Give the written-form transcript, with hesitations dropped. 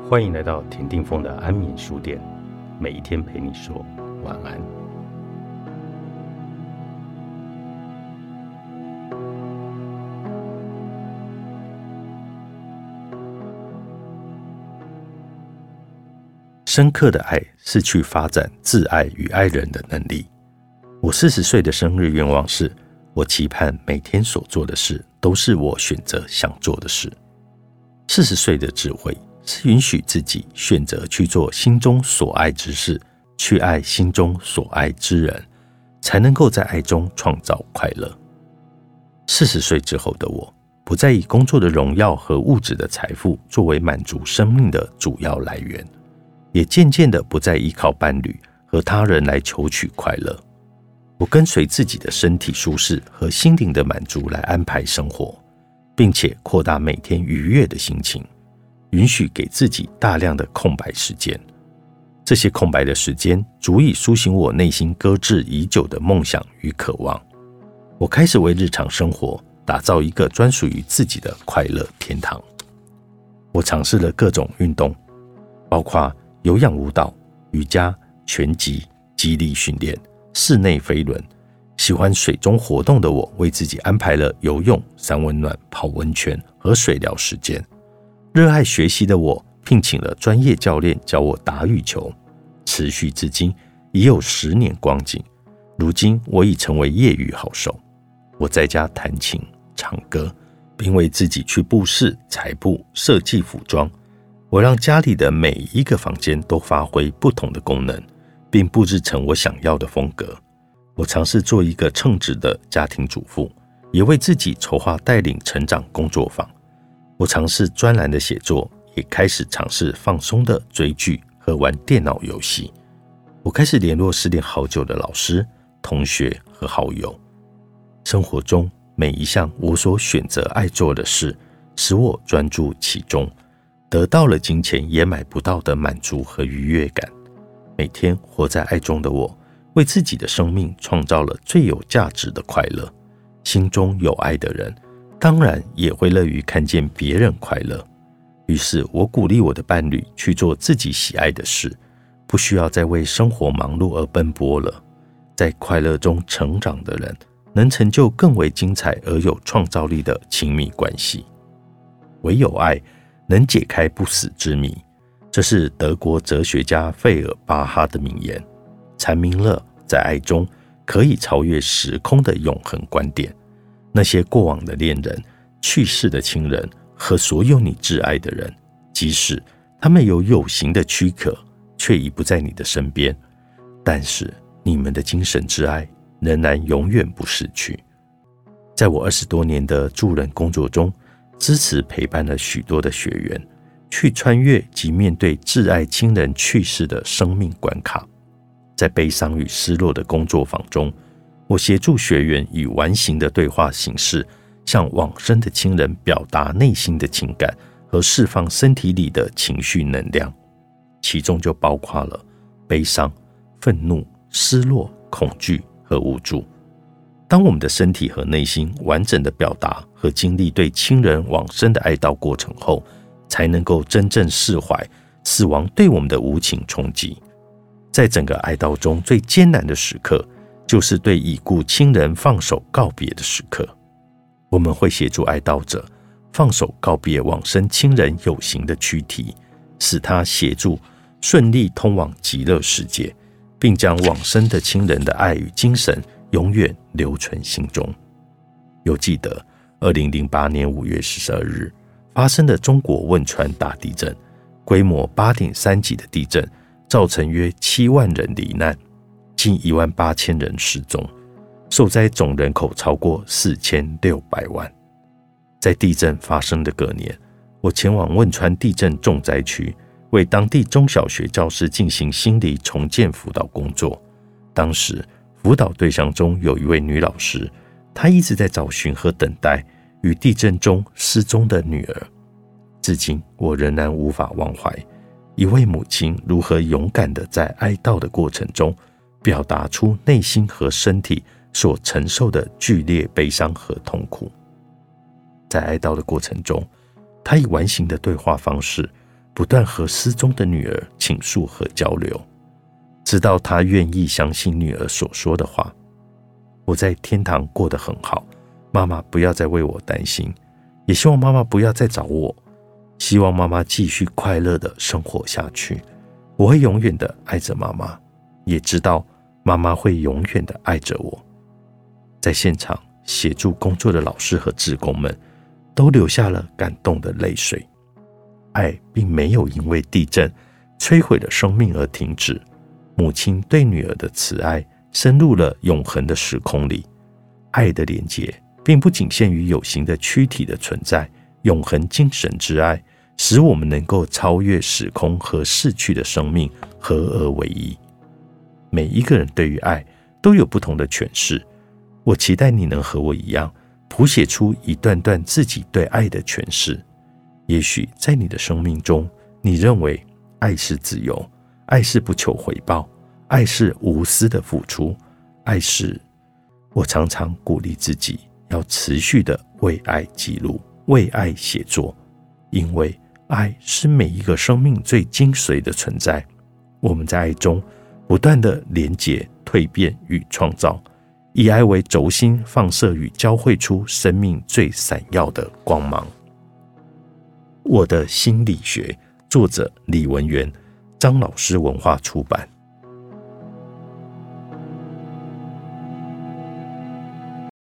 欢迎来到田定峰的安眠书店，每一天陪你说晚安。深刻的爱是去发展自爱与爱人的能力。我40岁的生日愿望是，我期盼每天所做的事都是我选择想做的事。40岁的智慧是允许自己选择去做心中所爱之事，去爱心中所爱之人，才能够在爱中创造快乐。40岁之后的我，不再以工作的荣耀和物质的财富作为满足生命的主要来源，也渐渐的不再依靠伴侣和他人来求取快乐。我跟随自己的身体舒适和心灵的满足来安排生活，并且扩大每天愉悦的心情，允许给自己大量的空白时间。这些空白的时间足以苏醒我内心搁置已久的梦想与渴望。我开始为日常生活打造一个专属于自己的快乐天堂。我尝试了各种运动，包括有氧舞蹈、瑜伽、拳击、肌力训练、室内飞轮。喜欢水中活动的我，为自己安排了游泳、三温暖、泡温泉和水疗时间。热爱学习的我，聘请了专业教练教我打羽球，持续至今已有10年光景。如今我已成为业余好手。我在家弹琴、唱歌，并为自己去布饰、裁布、设计服装。我让家里的每一个房间都发挥不同的功能，并布置成我想要的风格。我尝试做一个称职的家庭主妇，也为自己筹划带领成长工作坊。我尝试专栏的写作，也开始尝试放松的追剧和玩电脑游戏。我开始联络失恋好久的老师、同学和好友。生活中每一项我所选择爱做的事，使我专注其中，得到了金钱也买不到的满足和愉悦感。每天活在爱中的我，为自己的生命创造了最有价值的快乐。心中有爱的人，当然也会乐于看见别人快乐。于是我鼓励我的伴侣去做自己喜爱的事，不需要再为生活忙碌而奔波了。在快乐中成长的人，能成就更为精彩而有创造力的亲密关系。唯有爱能解开不死之谜，这是德国哲学家费尔巴哈的名言，阐明了在爱中可以超越时空的永恒观点。那些过往的恋人、去世的亲人和所有你挚爱的人，即使他们有形的躯壳，却已不在你的身边，但是你们的精神之爱仍然永远不逝去。在我20多年的助人工作中，支持陪伴了许多的学员去穿越及面对挚爱亲人去世的生命关卡。在悲伤与失落的工作坊中，我协助学员以完形的对话形式，向往生的亲人表达内心的情感和释放身体里的情绪能量，其中就包括了悲伤、愤怒、失落、恐惧和无助。当我们的身体和内心完整的表达和经历对亲人往生的哀悼过程后，才能够真正释怀死亡对我们的无情冲击。在整个哀悼中最艰难的时刻，就是对已故亲人放手告别的时刻。我们会协助哀悼者放手告别往生亲人有形的躯体，使他协助顺利通往极乐世界，并将往生的亲人的爱与精神永远留存心中。又记得2008年5月12日发生的中国汶川大地震，规模8.3级的地震造成约7万人罹难，近18000人失踪，受灾总人口超过4600万。在地震发生的隔年，我前往汶川地震重灾区，为当地中小学教师进行心理重建辅导工作。当时辅导对象中有一位女老师，她一直在找寻和等待与地震中失踪的女儿。至今我仍然无法忘怀一位母亲如何勇敢地在哀悼的过程中表达出内心和身体所承受的剧烈悲伤和痛苦。在哀悼的过程中，她以完形的对话方式不断和失踪的女儿倾诉和交流，直到她愿意相信女儿所说的话。我在天堂过得很好，妈妈不要再为我担心，也希望妈妈不要再找我，希望妈妈继续快乐的生活下去。我会永远的爱着妈妈，也知道妈妈会永远的爱着我。在现场协助工作的老师和志工们都流下了感动的泪水。爱并没有因为地震摧毁了生命而停止，母亲对女儿的慈爱深入了永恒的时空里。爱的连结并不仅限于有形的躯体的存在，永恒精神之爱使我们能够超越时空和逝去的生命，合而为一。每一个人对于爱都有不同的诠释，我期待你能和我一样，谱写出一段段自己对爱的诠释。也许在你的生命中，你认为爱是自由，爱是不求回报，爱是无私的付出，爱是……我常常鼓励自己要持续的为爱记录，为爱写作，因为爱是每一个生命最精髓的存在。我们在爱中不断的连结、蜕变与创造，以爱为轴心，放射与交汇出生命最闪耀的光芒。我的心理学，作者李文源，张老师文化出版。